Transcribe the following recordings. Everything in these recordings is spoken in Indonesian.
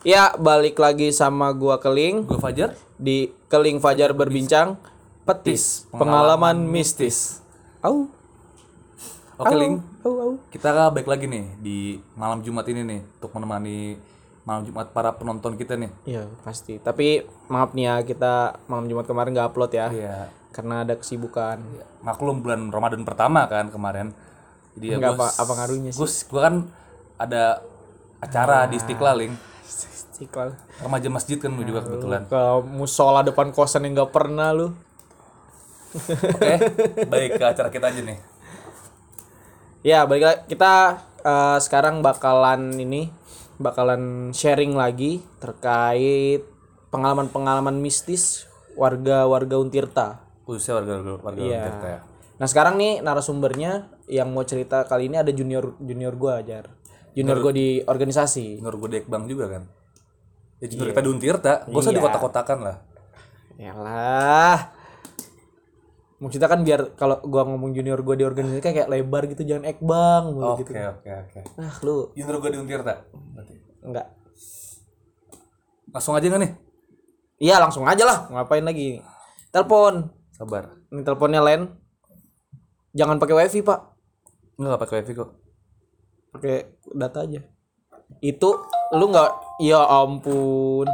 Ya, balik lagi sama gua Keling Gue Fajar. di Keling Fajar Berbincang Petis Pengalaman Mistis. Au. Oke, Ling. Au. Kita balik lagi nih di malam Jumat ini nih untuk menemani malam Jumat para penonton kita nih. Iya, pasti. Tapi maaf nih ya, kita malam Jumat kemarin enggak upload ya. Iya. Karena ada kesibukan. Maklum bulan Ramadan pertama kan kemarin. Jadi ya Enggak apa ngaruhnya sih. Gue kan ada acara di Istiqlal, Ling. Istiqlal. Remaja masjid kan lu juga kebetulan. Ke musola depan kosan yang enggak pernah lu. Oke, baik ke acara kita aja nih. Ya, balik lagi. Kita sekarang bakalan sharing lagi terkait pengalaman-pengalaman mistis warga Untirta. Khususnya warga Iya. Untirta ya. Nah, sekarang nih narasumbernya yang mau cerita kali ini ada junior gua, Jar. Junior gua di organisasi. Menurut gue Dekbang juga kan. Ya junior kita di Untirta, gak usah Iya. dikotak-kotakan lah. Yalah. Maksudnya kan biar kalau gua ngomong junior gua di organisasi kayak lebar gitu, jangan ekbang mulu gitu. Oke. Nah, lu Junior gue di Untirta. Berarti. enggak. Langsung aja gak nih? Iya, langsung aja lah. Ngapain lagi? Telepon. Sabar. Ini teleponnya Len. Jangan pakai wifi, Pak. Enggak pakai wifi kok. Pakai data aja. Itu lu enggak, ya ampun.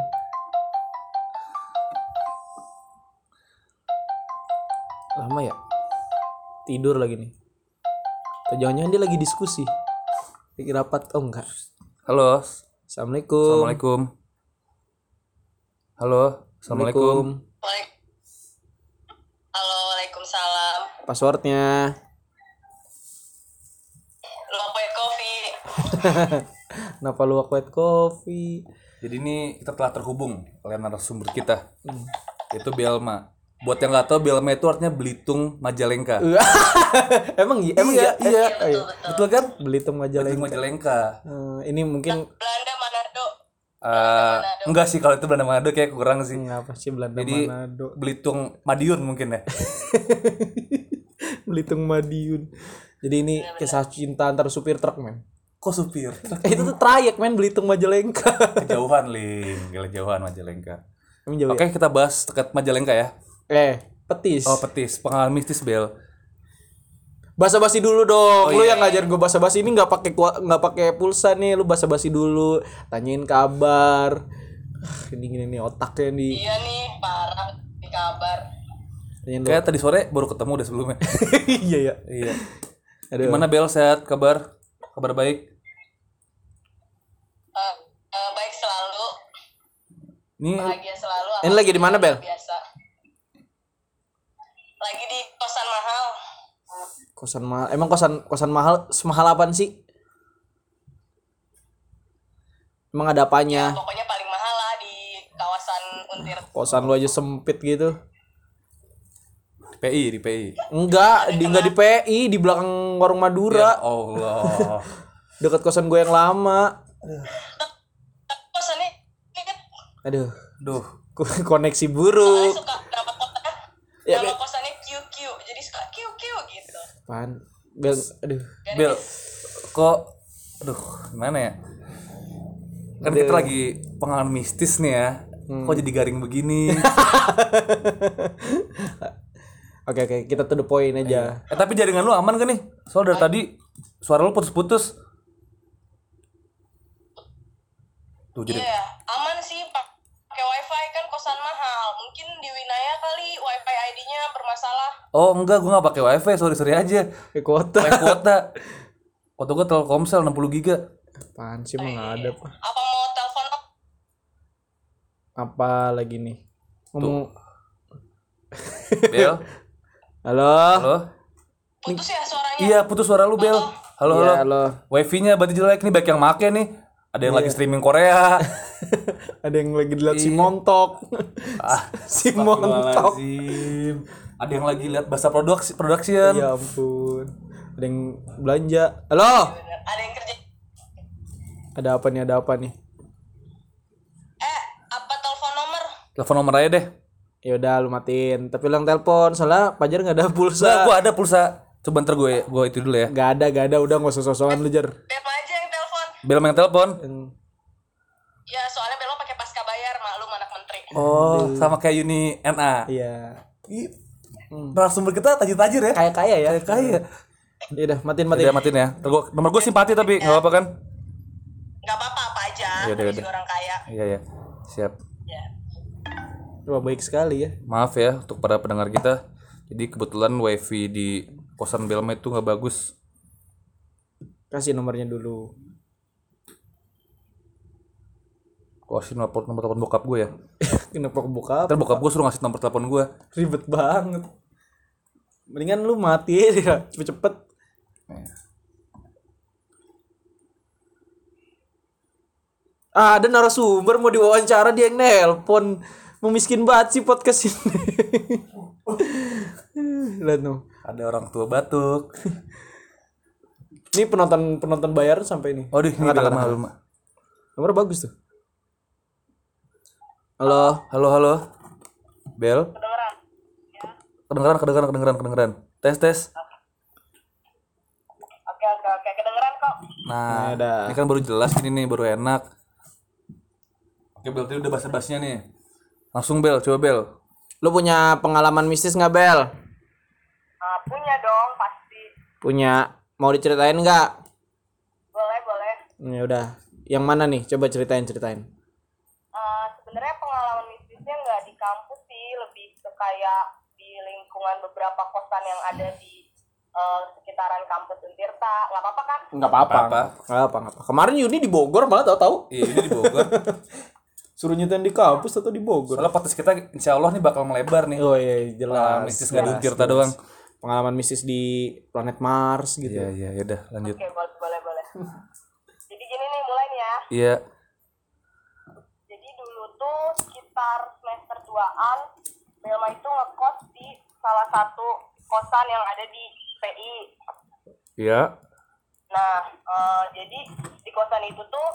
Lama ya? Tidur lagi nih. Atau jangan-jangan dia lagi diskusi. Lagi rapat. Oh enggak. Halo. Assalamualaikum. Assalamualaikum. Halo. Assalamualaikum. Halo, waalaikumsalam. Passwordnya. White coffee. Kenapa lu white coffee? Jadi ini kita telah terhubung oleh narasumber kita. Itu Belma. Buat yang nggak tahu, Belma itu artinya Belitung Majalengka. Emang iya. Betul kan? Belitung Belitung Majalengka. Majalengka. Ini mungkin Belanda Manado. Enggak sih, kalau itu Belanda Manado kayak kurang sih. apa sih Belanda Jadi Manado? Belitung Madiun mungkin ya. Belitung Madiun. Jadi ini kisah cinta antar supir truk, men. Kok supir? Itu tuh trayek, men, Belitung Majalengka. Kejauhan, Ling. Gila jauhan Majalengka. Emang jauh ya? Oke, kita bahas terkait Majalengka ya. Petis. Oh, Petis. Pengalaman mistis, Bel. Basa-basi dulu dong. Lu iya. yang ngajarin gue basa-basi ini nggak pakai pulsa nih. Lu basa-basi dulu, tanyain kabar. Ini nih otaknya nih. Iya nih, parah di kabar. Tanyain dulu. Kayak tadi sore baru ketemu udah sebelumnya. Iya ya. Iya. Aduh. Gimana Bel, sehat? Kabar baik? Baik selalu, Ini bahagia selalu. Ini lagi di mana, Bel? Biasa. Lagi di kosan mahal. Kosan mahal. Emang kosan mahal semahal apaan sih? Emang ada apanya? Pokoknya paling mahal lah di kawasan Untirta. Kosan lu aja sempit gitu. di PI. Enggak di PI, di belakang warung Ya Madura. Allah. Dekat kosan gue yang lama. Kosannya kan Aduh, Duh. koneksi buruk. suka nama kosannya. Ya, Nama kosannya QQ. Jadi suka QQ gitu. Apaan? Bel, aduh. Bel, kok aduh, gimana ya? Kan kita lagi pengalaman mistis nih ya. Kok jadi garing begini? Oke, kita to the point aja. Tapi jaringan lu aman kan nih? Soal dari tadi suara lu putus-putus. Tuh jadi. Iya, aman sih pakai wifi kan kosan mahal. Mungkin di Winaya kali wifi ID-nya bermasalah. Oh enggak, gua nggak pakai wifi, sorry aja. Kuota. Pakai kuota. Kuota gua Telkomsel 60 giga. Apaan sih, emang nggak ada, Pak? Apa mau telepon? Apa lagi nih? Ngomong. Bel, Halo. halo. Putus ya suaranya? Iya, putus suara lu, Bel. Halo, Iya, halo. halo. Wifi-nya berarti jelek nih, baik yang make nih. Ada yang lagi streaming Korea. Ada yang lagi lihat si Montok. Si Montok. Astagfirullahaladzim. Ada yang lagi lihat bahasa production. Ya ampun. Ada yang belanja. Halo. Bener. Ada yang kerja. Ada apa nih? Apa telepon nomor? Telepon nomor aja deh. Ya udah lu matiin. Tapi lu yang telepon, soalnya Fajar enggak ada Nah, pulsa. gua ada pulsa. Coba ntar gue itu dulu ya. Enggak ada, udah enggak usah sosokan lu, Jar. Bel aja yang telepon. Bel yang telepon. Yang- Ya soalnya Bel sama anak menteri. Oh, sama kayak Uni NA. Iya. Narasumber kita tajir-tajir ya. Kayak kaya ya. Kaya. Ya udah, matiin. Udah matiin ya. Nomor gue simpati tapi nggak apa-apa kan? Nggak apa-apa apa aja. Yaudah, Namanya yaudah. juga orang kaya. Iya ya. Siap. Ya. Wah, baik sekali ya. Maaf ya untuk para pendengar kita. Jadi kebetulan wifi di kosan Belma itu nggak bagus. Kasih nomornya dulu. Kasih nomor telepon bokap gue ya. Kenapa kebuka? Ntar bokap gue suruh ngasih nomor telepon gue. Ribet banget. Mendingan lu matiin ya, cepet-cepet. Ada narasumber mau diwawancara, dia yang nelpon. Memiskin banget sih podcast ini. Lihat no. Ada orang tua batuk. Ini penonton bayar sampai ini. Aduh, ini Belma. Nomor bagus tuh. Halo. Halo. Bel. Kedengeran? Kedengeran. Tes. Oke. Kedengeran kok. Nah, Ada. ini kan baru jelas ini nih, baru enak. Oke, Bel, tadi udah basa-basinya nih. Langsung Bel, coba Bel. Lu punya pengalaman mistis nggak, Bel? Punya dong pasti. Punya. Mau diceritain nggak? Boleh. Ya udah. Yang mana nih? Coba ceritain. Sebenarnya pengalaman mistisnya nggak di kampus sih, lebih ke kayak di lingkungan beberapa kosan yang ada di sekitaran kampus Untirta. Nggak apa-apa kan? Nggak apa-apa. Kemarin Yuni di Bogor malah tahu. Iya, ini di Bogor. Suruh nyetain di kampus atau di Bogor? Soalnya podcast kita insya Allah nih bakal melebar nih. Oh iya, jelas. Mistis nggak di Untirta doang. Pengalaman mistis di planet Mars gitu. Iya, udah lanjut. Oke, boleh. Jadi gini nih, mulai nih ya. Iya. Jadi dulu tuh sekitar semester 2-an, Belma itu ngekos di salah satu kosan yang ada di PI. Iya. Nah, jadi di kosan itu tuh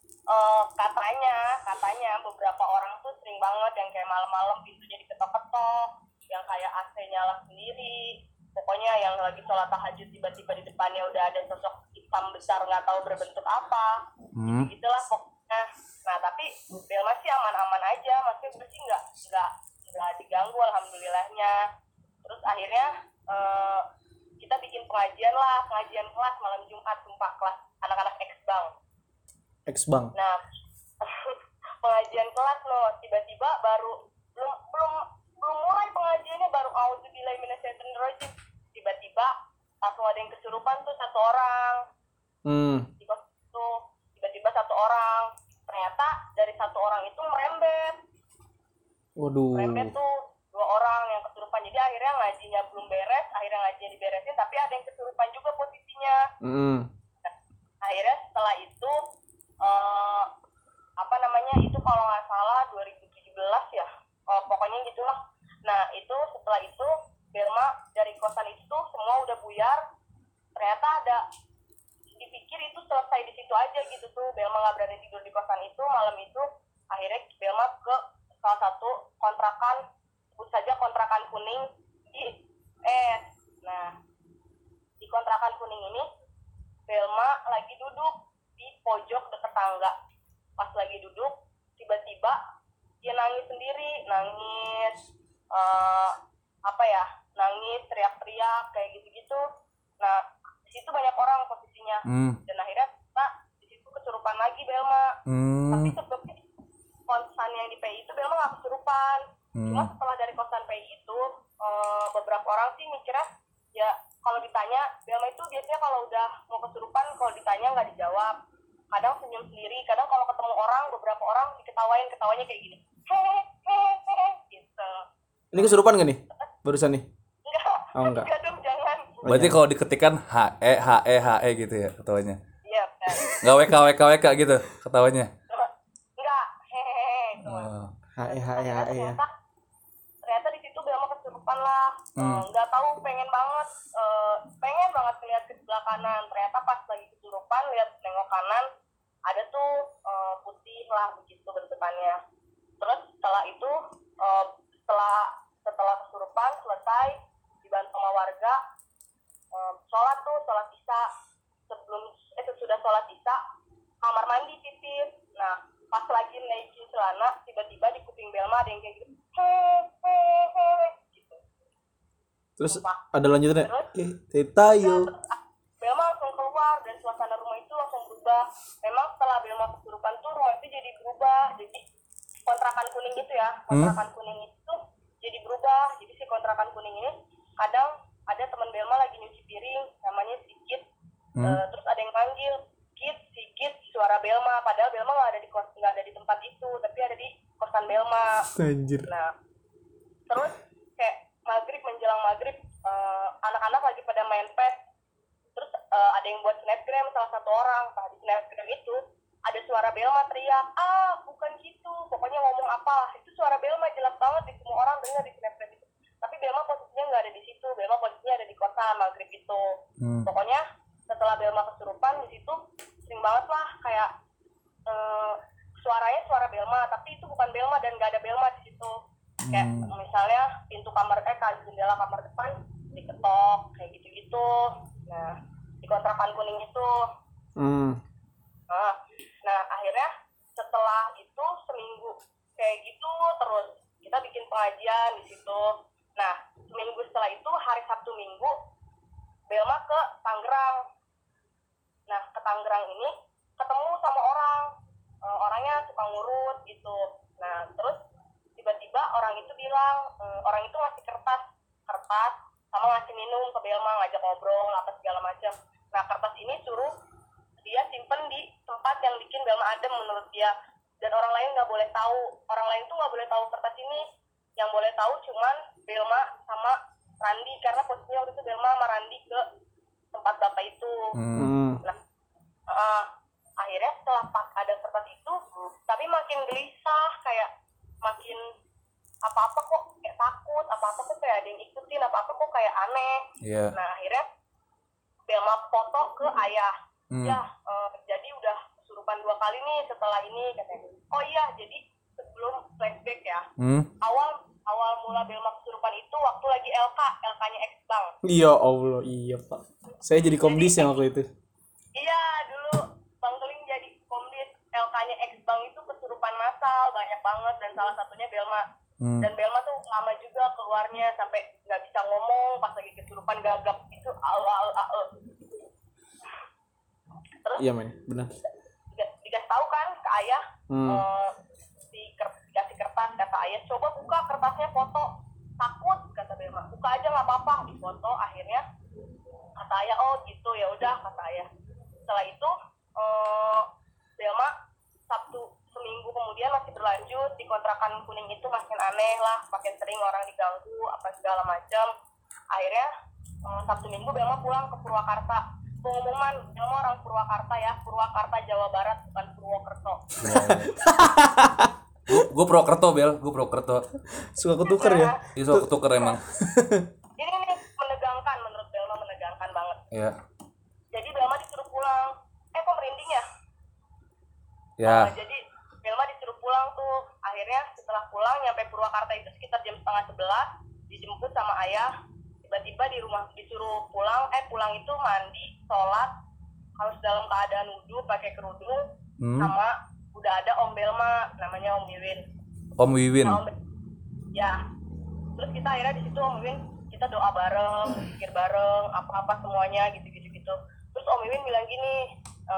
katanya beberapa orang tuh sering banget yang kayak malam-malam pintunya diketok-ketok, yang kayak AC nyala sendiri. Pokoknya yang lagi sholat tahajud tiba-tiba di depannya udah ada sosok hitam besar nggak tahu berbentuk apa. Gitulah pokoknya. Nah, tapi Belma sih aman-aman aja, maksudnya gue sih nggak diganggu alhamdulillahnya. Terus akhirnya kita bikin pengajian kelas malam Jumat, sumpah, kelas anak-anak X-Bang. Nah, pengajian kelas loh, tiba-tiba baru belum mulai pengajiannya, baru auzubillahi minasyaitonirrajim, tiba-tiba langsung ada yang kesurupan tuh satu orang. Di kos itu tiba-tiba satu orang, ternyata dari satu orang itu merembet. Waduh. Merembet tuh 2 orang yang kesurupan. Jadi akhirnya ngajinya belum beres, akhirnya ngajinya diberesin, tapi ada yang kesurupan juga posisinya. Akhirnya setelah itu itu kalau nggak salah 2017 ya, pokoknya gitulah. Nah, itu setelah itu Belma dari kosan itu semua udah buyar. Ternyata dipikir itu selesai di situ aja gitu tuh, Belma nggak berani tidur di kosan itu malam itu. Akhirnya Belma ke salah satu kontrakan, sebut saja kontrakan kuning di Nah, di kontrakan kuning ini Belma lagi duduk di pojok dekat tangga. Pas lagi duduk, tiba-tiba dia nangis sendiri, nangis teriak-teriak kayak gitu-gitu. Nah, di situ banyak orang posisinya. Dan akhirnya di situ kesurupan lagi Belma. Tapi sebelumnya kosan yang di PI itu Belma nggak kesurupan. Cuma setelah dari kosan PI itu beberapa orang sih mikirnya ya, kalau ditanya, Belma itu biasanya kalau udah mau kesurupan, kalau ditanya nggak dijawab. Kadang senyum sendiri, kadang kalau ketemu orang, beberapa orang ketawanya kayak gini. Hehehe, gitu. Ini kesurupan gak nih? Barusan nih? Enggak. Enggak. Enggak dong, jangan. Berarti kalau diketikan HE gitu ya ketawanya. Iya, benar. Nggak WK gitu ketawanya. Enggak, hehehe. HE ya. Ternyata di situ Belma kesurupan lah. Nggak tahu, pengen banget lihat ke sebelah kanan. Ternyata pas lagi kesurupan lihat nengok kanan, ada tuh putih lah begitu bentukannya. Terus setelah itu setelah kesurupan selesai, dibantu sama warga, sholat isya. Sesudah sholat isya, kamar mandi pipis. Nah, pas lagi naikin celana tiba-tiba di kuping Belma ada yang kayak gitu hehehe gitu. Terus Sumpah. ada lanjutannya. Terus? Teta Ya, yo. terus Belma langsung keluar dan suasana rumah itu langsung berubah. Memang setelah Belma kesurupan tuh rumah itu jadi berubah. Jadi kontrakan kuning itu ya, kontrakan kuning itu jadi berubah. Jadi si kontrakan kuning ini kadang ada teman Belma lagi nyuci piring, namanya Sigit. Terus ada yang panggil Sigit, suara Belma. Padahal Belma nggak ada di tempat itu, tapi ada di kosan Belma. Anjir. Nah, terus kayak menjelang maghrib, anak-anak lagi pada main PES. Terus ada yang buat snapgram salah satu orang. Nah, di snapgram itu ada suara Belma teriak, bukan gitu, pokoknya ngomong apa. Itu suara Belma jelas banget di semua orang dengar di snapgram itu. Tapi Belma posisinya nggak ada di situ. Belma posisinya ada di kosan maghrib itu. Pokoknya setelah Belma kesurupan di situ sering banget lah kayak suaranya suara Belma, tapi itu bukan Belma dan nggak ada Belma di situ. Kayak misalnya pintu kamar jendela kamar depan diketok kayak gitu-gitu. Nah, di kontrakan kuning itu. Nah, akhirnya setelah itu seminggu kayak gitu terus kita bikin pengajian di situ. Nah, seminggu setelah itu hari Sabtu Minggu Belma ke Tangerang. Nah, ke Tangerang ini ketemu sama orangnya suka ngurut gitu. Nah, terus tiba-tiba orang itu bilang, orang itu ngasih kertas sama ngasih minum ke Belma, ngajak ngobrol apa segala macam. Nah, kertas ini suruh dia simpen di tempat yang bikin Belma adem menurut dia, dan orang lain nggak boleh tahu. Orang lain tuh nggak boleh tahu kertas ini. Yang boleh tahu cuman Belma sama Randi, karena posisinya waktu itu Belma sama Randi ke tempat bapak itu. Nah, akhirnya setelah pas ada kertas itu, tapi makin gelisah, kayak makin apa-apa kok kayak takut, apa-apa kok kayak ada yang ikutin, apa-apa kok kayak aneh. Nah, akhirnya Belma foto ke ayah. Jadi udah kesurupan 2 kali nih setelah ini katanya. Oh iya, jadi sebelum flashback ya. Awal mula Belma kesurupan itu waktu lagi LK-nya X-Bank. Ya Allah, iya Pak. Saya jadi komdis yang waktu itu. Iya, dulu Bang Keling jadi komdis. LK-nya X-Bank itu kesurupan massal banyak banget, dan salah satunya Belma. Dan Belma tuh lama juga keluarnya sampai nggak bisa ngomong pas lagi kesurupan, gagap itu Terus iya men, benar. Dikasih tahu kan ke ayah, dikasih kertas, kata ayah coba buka kertasnya, foto. Takut kata Belma, buka aja nggak apa-apa. Di foto, akhirnya kata ayah oh gitu, ya udah kata ayah. Setelah itu Belma Sabtu seminggu kemudian masih berlanjut di kontrakan kuning itu, makin aneh lah, makin sering orang diganggu apa segala macam. Akhirnya Sabtu Minggu Belma pulang ke Purwakarta. Pengumuman, Belma orang Purwakarta ya, Purwakarta Jawa Barat, bukan Purwokerto. Gue Purwokerto, Bel, gue Purwokerto. Suka ketuker ya? Iya, suka ketuker emang. Ini menegangkan, menurut Belma menegangkan banget. Iya. Jadi Belma disuruh pulang. Kok merinding ya? Ya. Jadi Belma disuruh pulang tuh. Akhirnya setelah pulang nyampe Purwakarta itu sekitar jam 10:30, dijemput sama ayah. Tiba-tiba di rumah disuruh pulang. Pulang itu mandi, sholat, harus dalam keadaan wudhu, pakai kerudung, sama udah ada Om Belma, namanya Om Wiwin. Om Wiwin. Ya. Terus kita akhirnya di situ Om Wiwin, kita doa bareng, pikir bareng, apa-apa semuanya gitu. Terus Om Wiwin bilang gini,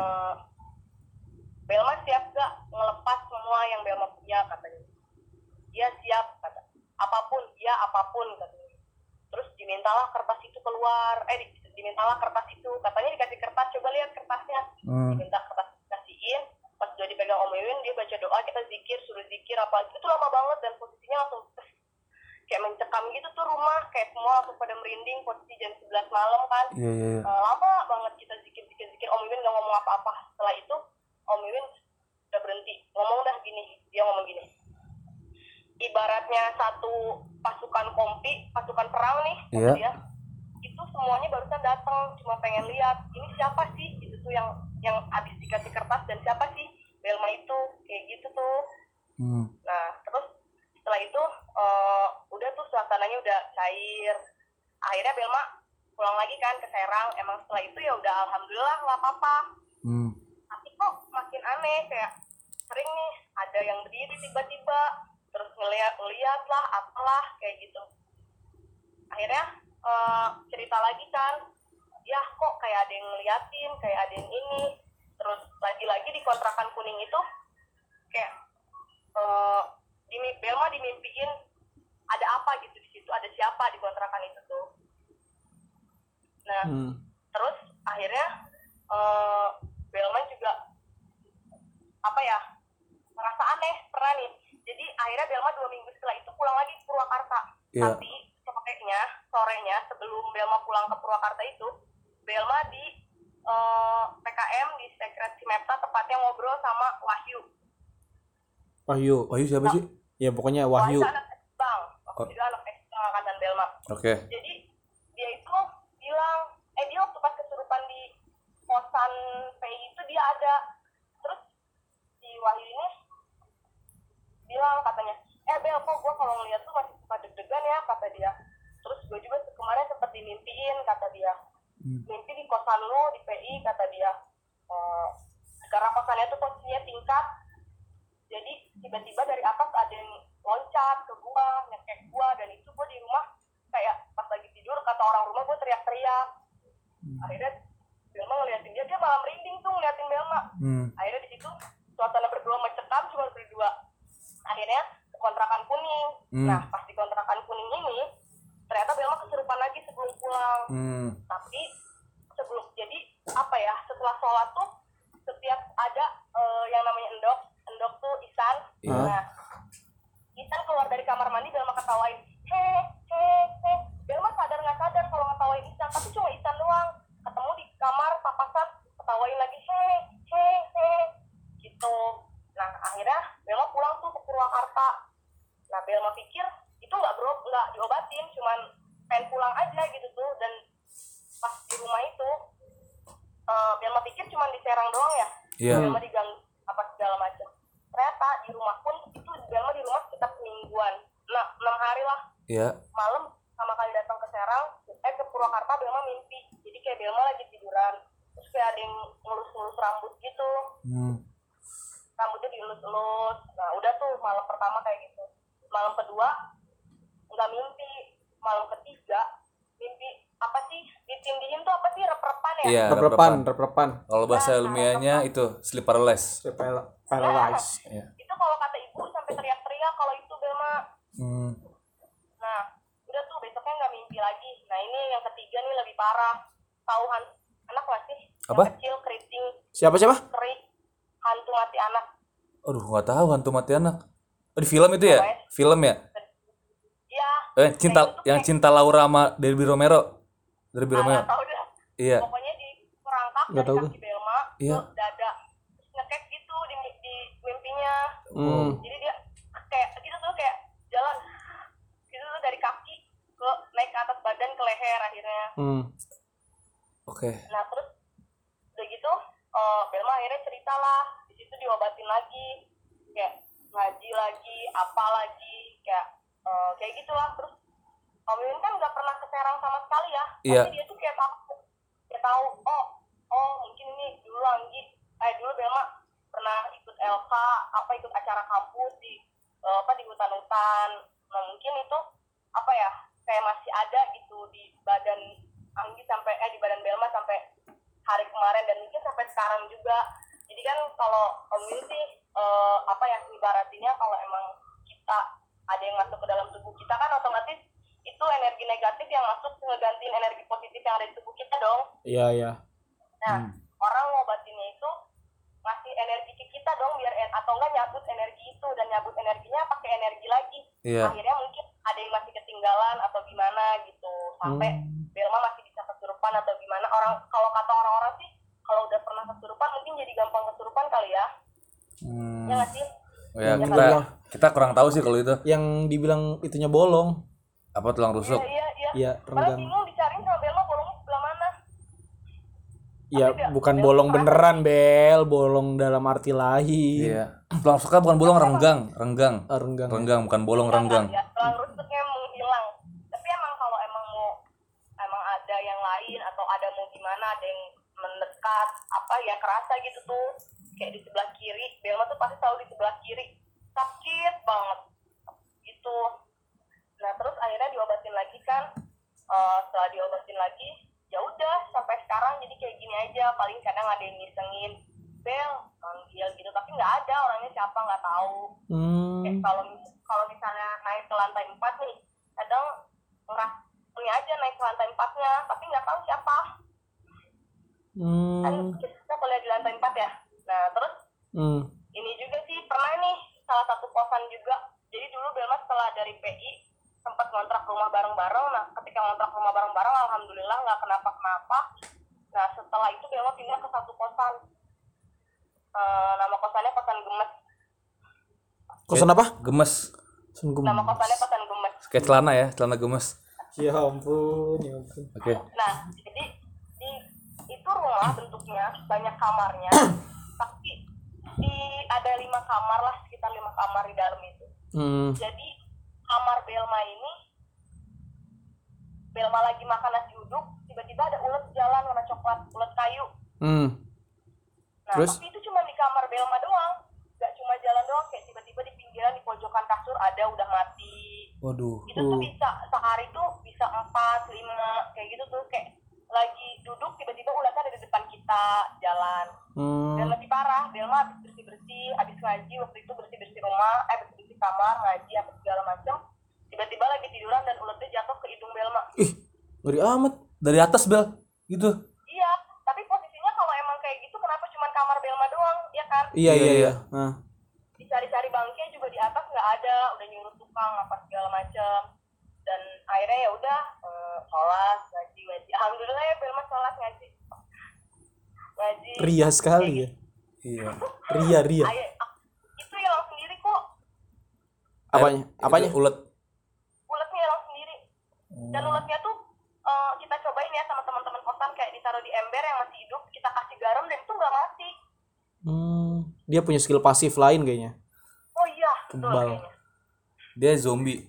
Belma siap gak ngelepas semua yang Belma punya, katanya. Iya siap, kata. Apapun katanya. Terus dimintalah kertas itu keluar, dimintalah kertas itu, katanya dikasih kertas, coba lihat kertasnya. Diminta kertas dikasihin, pas udah dipegang Om Wiwin, dia baca doa, kita zikir, suruh zikir apa, itu lama banget, dan posisinya langsung kayak mencekam gitu tuh rumah, kayak semua langsung pada merinding, posisi jam 11 malam kan. Iya. Lama banget kita zikir, Om Wiwin gak ngomong apa-apa. Setelah itu Om Wiwin udah berhenti ngomong, dah gini, dia ngomong gini, ibaratnya satu pasukan perang nih, dia itu semuanya barusan datang, cuma pengen lihat ini siapa sih, itu tuh yang habis dikasih kertas, dan siapa sih Belma itu, kayak gitu tuh. Nah, terus setelah itu udah tuh suasananya udah cair. Akhirnya Belma pulang lagi kan ke Serang. Emang setelah itu ya udah alhamdulillah nggak apa-apa. Tapi kok makin aneh, kayak sering nih ada yang berdiri tiba-tiba terus ngeliat lah apalah kayak gitu. Akhirnya cerita lagi kan, ya kok kayak ada yang ngeliatin, kayak ada yang ini. Terus lagi-lagi di kontrakan kuning itu kayak Belma dimimpiin ada apa gitu di situ, ada siapa di kontrakan itu tuh. Nah terus akhirnya Belma juga apa ya, merasa aneh pernah nih. Jadi akhirnya Belma 2 minggu setelah itu pulang lagi ke Purwakarta. Tapi sorenya sebelum Belma pulang ke Purwakarta itu, Belma di PKM di Sekret Cimepta, tepatnya ngobrol sama Wahyu. Wahyu siapa sih? Ya pokoknya Wahyu. Wahyu anak Bang. Itu anak Bang angkatan Belma. Oke. Jadi dia itu bilang, dia waktu pas kesurupan di kosan PI itu dia ada. Terus si Wahyu ini bilang katanya, Bel kok gue kalau ngeliat tuh masih suka deg-degan ya, kata dia. Terus gue juga kemarin sempat dimimpiin, kata dia. Mimpi di kosan lu di PI, kata dia. Karena kosannya tuh posisinya tingkat, jadi tiba-tiba dari atas ada yang loncat ke gua, nyekek gua, dan itu gua di rumah kayak pas lagi tidur, kata orang rumah gua teriak-teriak. Akhirnya Belma ngeliatin dia malah merinding tuh ngeliatin Belma. Akhirnya di situ suasana berdua mencekam, cuma berdua. Akhirnya ke kontrakan kuning. Nah pas di kontrakan kuning ini ternyata Belma kesurupan lagi sebelum pulang. Tapi jadi apa ya, setelah sholat tuh setiap ada yang namanya endok tuh Isan. Nah Isan keluar dari kamar mandi, Belma ketawain, Belma sadar nggak sadar kalau ngetawain Isan, tapi cuma Isan doang. Ketemu di kamar papasan, ketawain lagi, gitu. Nah akhirnya Belma pulang tuh ke Purwakarta. Nah Belma pikir itu nggak diobatin, cuman pengen pulang aja gitu tuh. Dan pas di rumah itu Belma pikir cuman di Serang doang ya. Belma diganggu apa segala macam. Ternyata di rumah pun itu Belma di rumah sekitar semingguan. Nah 6 hari lah. Malam sama kali datang ke Serang, ke Purwakarta, Belma mimpi. Jadi kayak Belma lagi tiduran, terus kayak ada yang ngelus-ngelus rambut gitu. Rambutnya dielus-elus. Nah udah tuh malam pertama kayak gitu. Malam kedua nggak mimpi. Malam ketiga mimpi apa sih, ditindihin tuh apa sih, rep-repan ya? Iya, Rep-repan. Kalau bahasa ilmiahnya itu sleep paralysis. Paralysis. Itu kalau kata ibu sampai teriak-teriak kalau itu Belma. Nah udah tuh besoknya nggak mimpi lagi. Nah ini yang ketiga nih lebih parah. Tahu anak nggak sih? Apa? Yang kecil keriting. Siapa? Kerik, hantu mati anak. Aduh nggak tahu hantu mati anak. Di film itu ya? Film ya? Iya. Cinta Laura sama Derby Romero. Nggak tahu dah. Iya. Pokoknya di perangkap dari kaki Belma ke dada, terus ngekek gitu di mimpinya. Jadi dia kayak gitu tuh, kayak jalan gitu tuh dari kaki ke naik ke atas badan ke leher akhirnya. Oke. Nah terus udah gitu Belma akhirnya cerita lah, di situ diobatin lagi, kayak ngaji lagi, apa lagi, kayak gitulah. Terus Om Yun kan nggak pernah ke Serang sama sekali ya. Tapi dia tuh kayak tahu, oh mungkin ini dulu dulu Belma pernah ikut LK, ikut acara kampus di hutan-hutan. Nah mungkin itu apa ya, kayak masih ada gitu di badan Anggi sampai di badan Belma sampai hari kemarin, dan mungkin sampai sekarang juga. Jadi kan kalau Om Yun sih ibaratinnya kalau emang kita ada yang masuk ke dalam tubuh kita kan otomatis itu energi negatif yang masuk ngegantiin energi positif yang ada di tubuh kita dong. Iya. Nah, orang ngobatinnya itu ngasih energi ke kita dong, biar atau enggak nyabut energi itu, dan nyabut energinya pakai energi lagi. Akhirnya mungkin ada yang masih ketinggalan atau gimana gitu, sampai Belma masih bisa kesurupan atau gimana. Kalau kata orang-orang sih kalau udah pernah kesurupan mungkin jadi gampang kesurupan kali ya. Ya nggak sih? Ya, kita kurang tahu sih kalau itu. Yang dibilang itunya bolong. Apa tulang rusuk? Iya, renggang. Bingung dicariin sama Belma bolongnya sebelah mana. Iya, bukan bolong beneran, Bel. Bolong dalam arti lain. Iya. Tulang rusuknya bukan bolong, renggang. Renggang, bukan bolong, renggang. Ya, tulang rusuknya menghilang. Tapi emang kalau emang ada yang lain atau ada mau gimana, ada yang mendekat, kerasa gitu tuh. kayak di sebelah kiri. Belma tuh pasti selalu di sebelah kiri, sakit banget gitu. Nah terus akhirnya diobatin lagi kan. Setelah diobatin lagi ya udah sampai sekarang jadi kayak gini aja. Paling kadang ada yang ngisengin Bel manggil gitu, tapi nggak ada orangnya siapa, nggak tahu. Kayak kalau misalnya naik ke lantai 4 nih, kadang ini aja naik ke lantai 4-nya, tapi nggak tahu siapa. Kan kita kuliah di lantai 4 ya. Nah terus ini juga sih pernah nih salah satu kosan juga. Jadi dulu Belma setelah dari PI sempat ngontrak rumah bareng-bareng. Nah ketika ngontrak rumah bareng-bareng alhamdulillah nggak kenapa-kenapa. Nah setelah itu Belma pindah ke satu kosan. Nama kosannya kosan Gemes. Kosan apa? Gemes. Nama kosannya kosan Gemes. Kayak celana ya, celana gemes. Ya ampun. Oke. Nah jadi itu rumah bentuknya banyak kamarnya, tapi ada 5 kamar lah, sekitar 5 kamar di dalam itu. Jadi kamar Belma ini, Belma lagi makan nasi uduk, tiba-tiba ada ulet jalan warna coklat, ulet kayu. Nah Terus? tapi itu cuma di kamar Belma doang, gak cuma jalan doang, kayak tiba-tiba di pinggiran di pojokan kasur ada udah mati. Waduh. Itu tuh bisa sehari tuh bisa 4, 5 kayak gitu tuh, kayak lagi duduk tiba-tiba ulatnya ada di depan kita jalan. Dan lebih parah, Belma habis bersih-bersih, habis ngaji waktu itu bersih-bersih rumah, bersih-bersih kamar, ngaji apa segala macam. Tiba-tiba lagi tiduran dan ulatnya jatuh ke hidung Belma. Ih, ngeri amat. Dari atas Bel, gitu. Iya, tapi posisinya kalau emang kayak gitu kenapa cuma kamar Belma doang, ya kan? Iya. Dicari-cari bangknya juga di atas nggak ada, udah nyuruh tukang apa segala macam. Dan akhirnya ya udah sholat ngaji. Alhamdulillah ya Belma sholat ngaji. Ria sekali ya. Iya. Ria. Itu hilang sendiri kok. Apanya? Ulet. Uletnya hilang sendiri. Dan uletnya tuh kita cobain ya sama teman-teman kosan, kayak ditaruh di ember yang masih hidup, kita kasih garam dan itu nggak mati. Dia punya skill pasif lain kayaknya. Oh iya, betul Kebal. kayaknya. Dia zombie.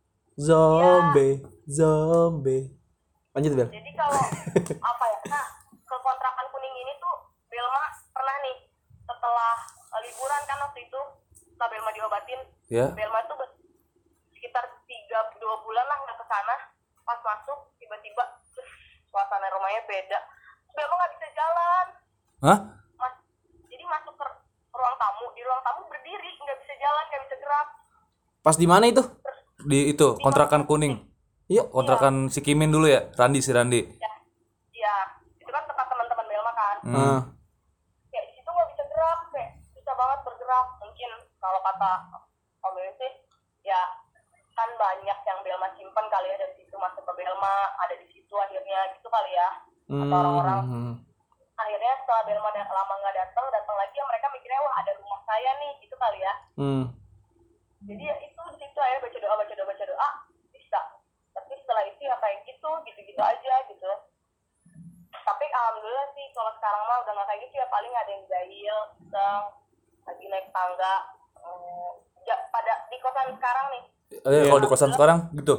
Zombie. Lanjut Bel. Jadi kalau apa ya? Nah, ke kontrakan kuning ini tuh Belma pernah nih setelah liburan kan waktu itu, setelah Belma diobatin, Ya. Belma tuh sekitar 2 bulan lah nggak kesana. Pas masuk tiba-tiba suasana rumahnya beda. Belma nggak bisa jalan. Hah? Jadi masuk ke ruang tamu, di ruang tamu berdiri, nggak bisa jalan, nggak bisa gerak. Pas di mana itu? Di itu kontrakan kuning. Iya. Kontrakan si Kimin dulu ya, si Randi. Ya, itu kan tempat teman-teman Belma kan. Kayak di situ nggak bisa gerak, kayak susah banget bergerak. Mungkin kalau kata Om Bel sih, ya kan banyak yang Belma simpan kali ya dari situ, masuk ke Belma, ada di situ akhirnya gitu kali ya. Atau orang-orang akhirnya setelah Belma lama nggak datang lagi ya, mereka mikirnya wah ada rumah saya nih gitu kali ya. Jadi ya itu di situ aja baca doa bisa. Tapi setelah itu ya kayak gitu aja gitu. Tapi alhamdulillah sih kalau sekarang mah udah nggak kayak gitu ya, paling ada yang jahil, sedang lagi naik tangga. Ya pada di kosan sekarang nih. Kalau di kosan sekarang gitu.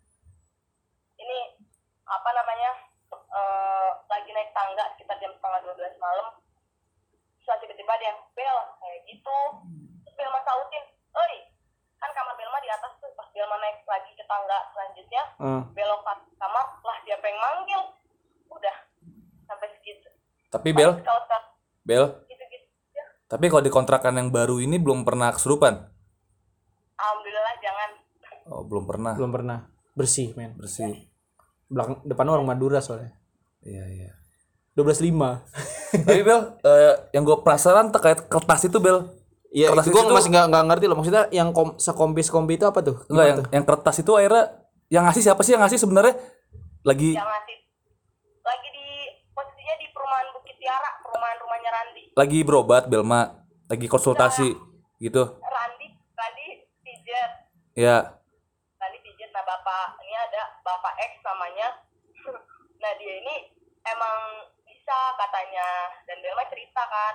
Ini apa namanya? Lagi naik tangga sekitar jam 11:30 malam. Terus tiba-tiba ada yang Bel kayak gitu. Terus Belma sautin, "Oi, kan kamar Belma di atas tuh." Pas Belma naik lagi ke tangga selanjutnya, belok ke kamar, lah siapa yang manggil? Udah sampai segitu. Tapi Bel, Gitu-gitu ya. tapi kalau di kontrakan yang baru ini belum pernah kesurupan. Alhamdulillah jangan. Oh, belum pernah. Belum pernah. Bersih, men. Bersih. Belakang depan orang Madura soalnya. Iya. 12.5. Tapi Bel, yang gue penasaran terkait kertas itu Bel. Iya, Kertas itu gue itu- masih nggak ngerti loh. Maksudnya yang sekompi itu apa tuh? Enggak, yang kertas itu akhirnya yang ngasih siapa sih yang ngasih sebenarnya? Lagi Yang ngasih lagi di posisinya di perumahan Bukit Tiara, perumahan rumahnya Randi. lagi berobat Belma, lagi konsultasi gitu. Randi pijet. Ya. Randi pijet. Nah bapak ini ada bapak X namanya. Nah dia ini emang bisa katanya, dan Belma cerita kan.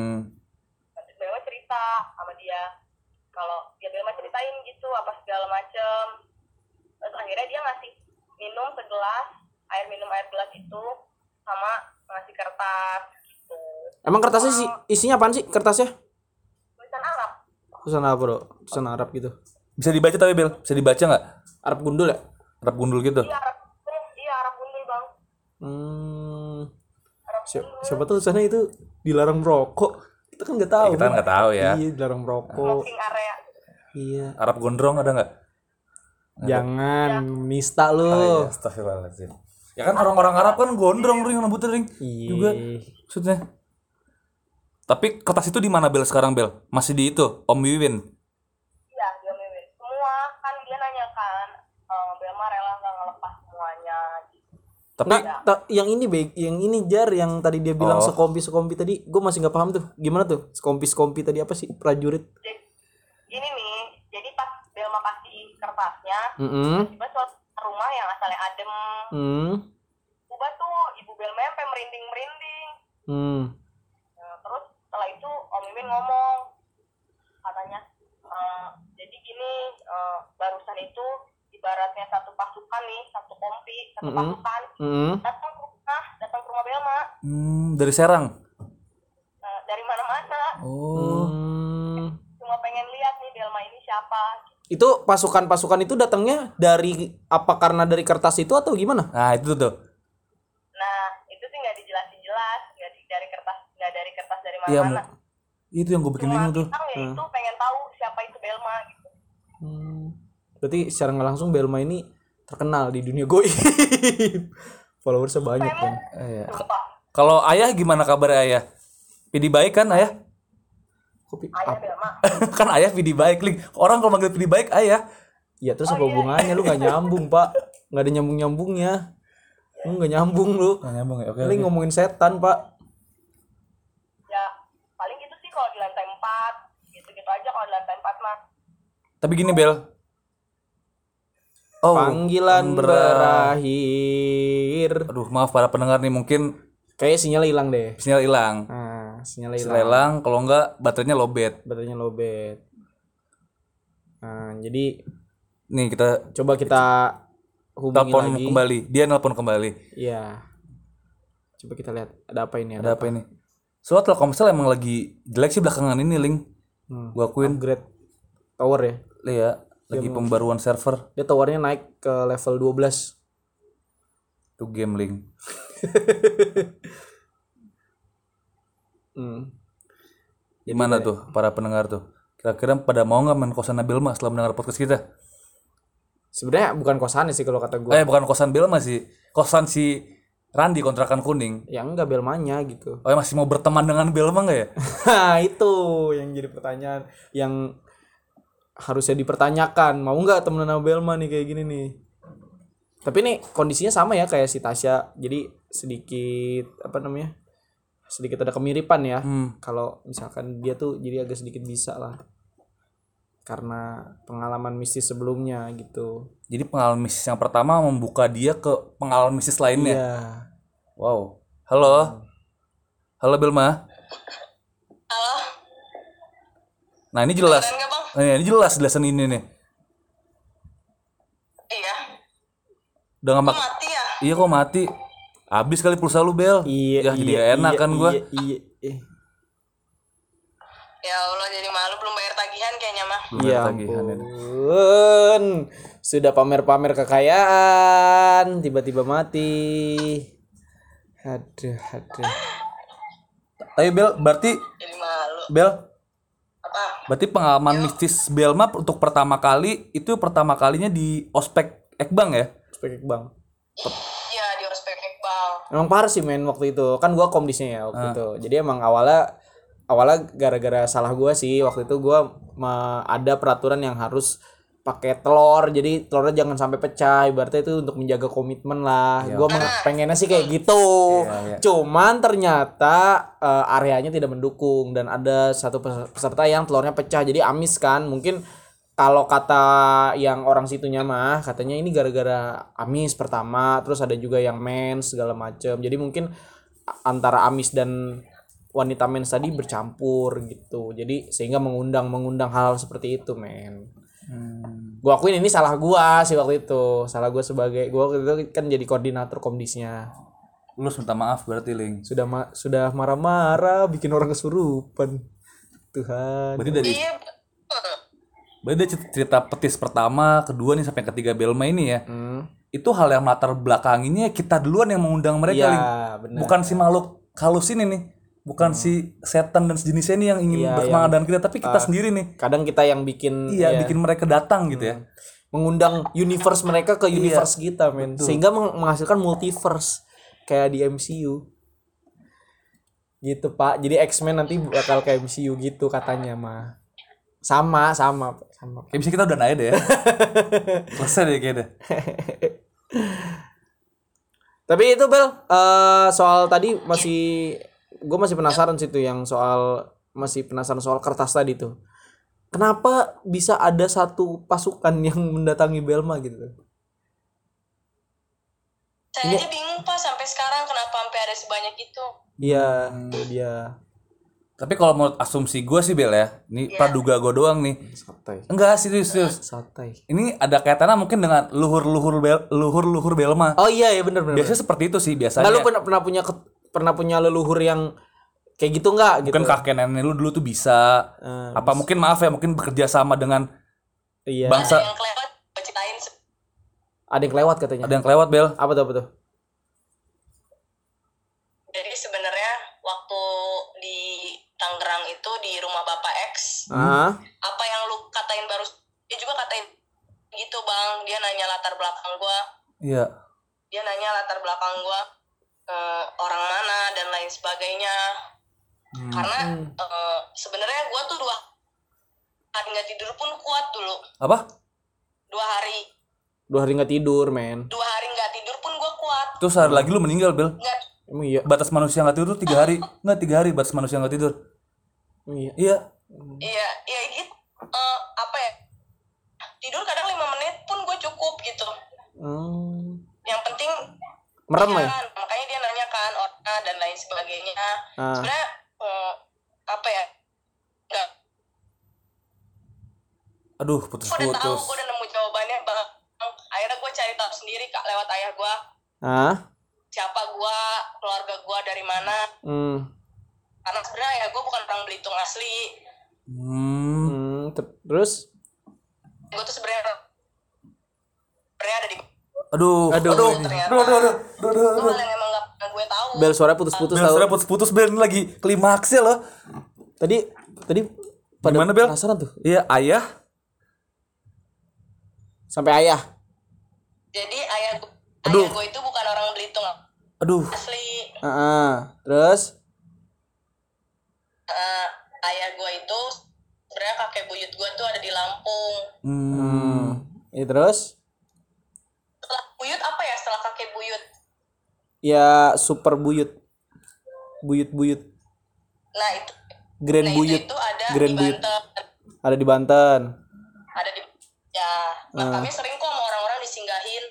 Belma cerita sama dia kalau dia Belma ceritain gitu apa segala macem. Terus akhirnya dia ngasih minum segelas air gelas itu sama ngasih kertas gitu. Emang kertasnya sih isinya apaan sih kertasnya? tulisan Arab. Tulisan apa bro? Tulisan Arab gitu. Bisa dibaca tapi Bel, bisa dibaca nggak? Arab gundul ya? Arab gundul gitu. Iya Arab gundul bang. Arab Siapa tahu sana itu dilarang merokok. Kita kan nggak tahu. Kita kan nggak tahu ya. Iya dilarang merokok. smoking area. Iya. Arab gondrong ada nggak? Jangan nista Oh, lu. iya. Astagfirullahaladzim. Ya kan orang-orang Arab kan gondrong ring rambutnya ring. Iya. Juga maksudnya. Tapi kertas itu di mana Bel sekarang Bel? Masih di itu Om Wiwin. Iya dia mewek. Semua kan dia nanya kan, Belma rela nggak ngelepas semuanya. Gitu. Tapi Yang ini yang ini Jar yang tadi dia bilang Oh. sekompi tadi, gue masih nggak paham tuh. Gimana tuh? Sekompi tadi apa sih prajurit? Jadi, gini nih, jadi pas Belma kasih kertasnya, tiba suatu rumah yang asalnya adem, tiba tuh ibu Belma sampai merinding. Nah, terus setelah itu Om Mimin ngomong, katanya, jadi gini, barusan itu ibaratnya satu pasukan nih, satu kompi, satu pasukan, datang ke rumah Belma, dari Serang. dari mana-mana, Oh. cuma pengen lihat nih Belma ini siapa. Itu pasukan itu datangnya dari apa karena dari kertas itu atau gimana? Nah, itu tuh. Nah, itu sih nggak dijelasin jelas, nggak dari kertas dari Iya, mana-mana. itu yang gue bikin Cuma bingung tuh. bilang ya itu pengen tahu siapa itu Belma gitu. Berarti secara nggak langsung Belma ini terkenal di dunia goib. Followersnya banyak kan. Iya. Sumpah, Kalau ayah gimana kabar ayah? Pidi baik kan ayah? Kopi. ayah Belma. Kan ayah pidi baik link. Orang kalau manggil pidi baik ayah. Ya terus apa hubungannya lu nggak nyambung pak? Nggak ada nyambungnya. Lu nggak nyambung lu. Nah, nyambung ya. Oke. Lu ngomongin setan pak. Ya, paling gitu sih kalau di lantai 4. Gitu-gitu aja kalau di lantai 4 mah. Tapi gini Bel. Oh, Panggilan berakhir. Aduh, maaf para pendengar nih mungkin Kayak sinyal hilang deh. sinyal hilang. Nah, sinyal Sinyal hilang. hilang, kalau enggak baterainya lowbat. Baterainya lowbat. Nah, jadi Nih kita coba kita hubungin telepon lagi. kembali. Dia nelpon kembali. Iya. Coba kita lihat ada apa ini? Ada apa ini? Soalnya Telkomsel emang lagi jelek sih belakangan ini link. Gua akuin. Upgrade tower ya. Iya, lagi pembaruan server. Dia towernya naik ke level 12. Itu game link. Gimana tuh para pendengar tuh? Kira-kira pada mau nggak main kosan Belma setelah mendengar podcast kita? Sebenarnya bukan kosannya sih kalau kata gue. Bukan kosan Belma sih, kosan si Randi kontrakan kuning. Ya enggak Belmanya gitu. Oh, masih mau berteman dengan Belma nggak ya? Nah, itu yang jadi pertanyaan yang harusnya dipertanyakan. Mau nggak temenan sama Belma nih kayak gini nih? Tapi nih kondisinya sama ya kayak si Tasya. Jadi sedikit apa namanya? Sedikit ada kemiripan ya. Kalau misalkan dia tuh jadi agak sedikit bisa lah. Karena pengalaman mistis sebelumnya gitu. Jadi pengalaman mistis yang pertama membuka dia ke pengalaman mistis lainnya. Iya. Wow. Halo. Halo Belma. Halo, Nah, ini jelas. enggak bang? Nah, ini jelas jelasan ini nih. Iya, Udah nggak mati ya? Iya kok mati. Habis kali pulsa lu Bel. Iya, Ya, jadi gak enak kan gua. Iya. Ya Allah, jadi malu belum bayar tagihan kayaknya mah. Ya tagihan ini. ampun. Sudah pamer-pamer kekayaan, tiba-tiba mati. Aduh. Tapi Bel, berarti Jadi malu. Bel, Apa? berarti pengalaman mistis Belma untuk pertama kali itu pertama kalinya di Ospek Ekbang ya? Spek Bang. Iya, di ospek Iqbal. Emang parah sih men waktu itu. Kan gua komdisnya ya waktu itu. Jadi emang awalnya gara-gara salah gua sih waktu itu gua ada peraturan yang harus pakai telur. Jadi telurnya jangan sampai pecah. Ibaratnya itu untuk menjaga komitmen lah. Gua pengennya sih kayak gitu. Cuman ternyata areanya tidak mendukung dan ada satu peserta yang telurnya pecah. Jadi amis kan. Mungkin kalau kata yang orang situnya mah katanya ini gara-gara amis pertama, terus ada juga yang mens segala macem. Jadi mungkin antara amis dan wanita mens tadi bercampur gitu. Jadi sehingga mengundang hal seperti itu, men. Gua akuin ini salah gua sih waktu itu. Salah gua sebagai gua waktu itu kan jadi koordinator komdisnya. Lu harus minta maaf berarti Ling. Sudah marah-marah bikin orang kesurupan. Tuhan. Berarti dari Iya. cerita petis pertama, kedua nih sampai ketiga Belma ini ya. Itu hal yang latar belakanginya kita duluan yang mengundang mereka Iya, Ling. benar. Bukan si makhluk halus ini nih. Bukan si setan dan sejenisnya ini yang ingin Iya, bersemangat dan kita, tapi kita sendiri nih. Kadang kita yang bikin Bikin mereka datang gitu ya. mengundang universe mereka ke universe kita, men. Sehingga menghasilkan multiverse kayak di MCU. Gitu, Pak. Jadi X-Men nanti bakal kayak MCU gitu katanya mah. Sama. Kayak bisa kita udah naik deh ya. Selesai deh kayaknya. Tapi itu Bel, soal tadi gue masih penasaran sih tuh yang masih penasaran soal kertas tadi tuh. Kenapa bisa ada satu pasukan yang mendatangi Belma gitu? Saya aja bingung Pak sampai sekarang kenapa sampai ada sebanyak itu. Iya, itu dia. Tapi kalau menurut asumsi gue sih Bel ya, ini praduga gue doang nih. Santai. Enggak, serius. Santai. Ini ada kaitannya mungkin dengan luhur Belma. Oh iya ya benar. Biasanya seperti itu sih biasanya. Nah, lu pernah punya leluhur yang kayak gitu nggak? Gitu. Mungkin kakek nenek lu dulu tuh bisa. Apa mungkin maaf ya, mungkin bekerja sama dengan Iya. bangsa. Ada yang kelewat gua ceritain Ada yang kelewat katanya. Ada yang kelewat Bel. Apa tuh? Jadi sebenarnya waktu di Tangerang itu di rumah Bapak X, apa yang lu katain baru dia juga katain gitu Bang. Dia nanya latar belakang gua. Iya. Dia nanya latar belakang gua orang mana dan lain sebagainya. Karena sebenarnya gua tuh 2 hari nggak tidur pun kuat dulu. Apa? 2 hari. 2 hari nggak tidur, men. 2 hari nggak tidur pun gua kuat. Terus hari lagi lu meninggal Bel. Nggak. Emang iya. Batas manusia nggak tidur 3 hari. Nggak 3 hari batas manusia nggak tidur. Iya. Iya. Iya gitu. Apa ya? Tidur kadang 5 menit pun gue cukup gitu. Yang penting Merem ya, ya? makanya dia nanya kan orangnya dan lain sebagainya. Sebenarnya apa ya? Enggak. Aduh, Gue udah tahu, putus-putus. gue udah nemu jawabannya Bang. Akhirnya gue cari tahu sendiri Kak lewat ayah gue. Siapa gue, keluarga gue dari mana. Karena sebenarnya ya gue bukan orang Belitung asli. Terus? Gue tuh sebenarnya ada di Aduh. ternyata. Itu hal yang emang gak pernah gue tahu. Bel suara putus-putus Bel, tahu. suara putus-putus Bel, ini lagi klimaksnya loh. Tadi pada Gimana, Bel? penasaran tuh. Iya, ayah. Sampai ayah. Jadi ayah Aduh. gue itu bukan orang Belitung Aduh. asli. Terus? Ayah gue itu sebenarnya kakek buyut gue tuh ada di Lampung. Ya terus? Setelah buyut apa ya? Setelah kakek buyut. Ya super buyut. Buyut. Nah itu. Grand nah, buyut. Itu ada Grand di buyut. Banten. Ada di Banten. Ada di ya. Nah kami sering kok sama orang-orang disinggahin.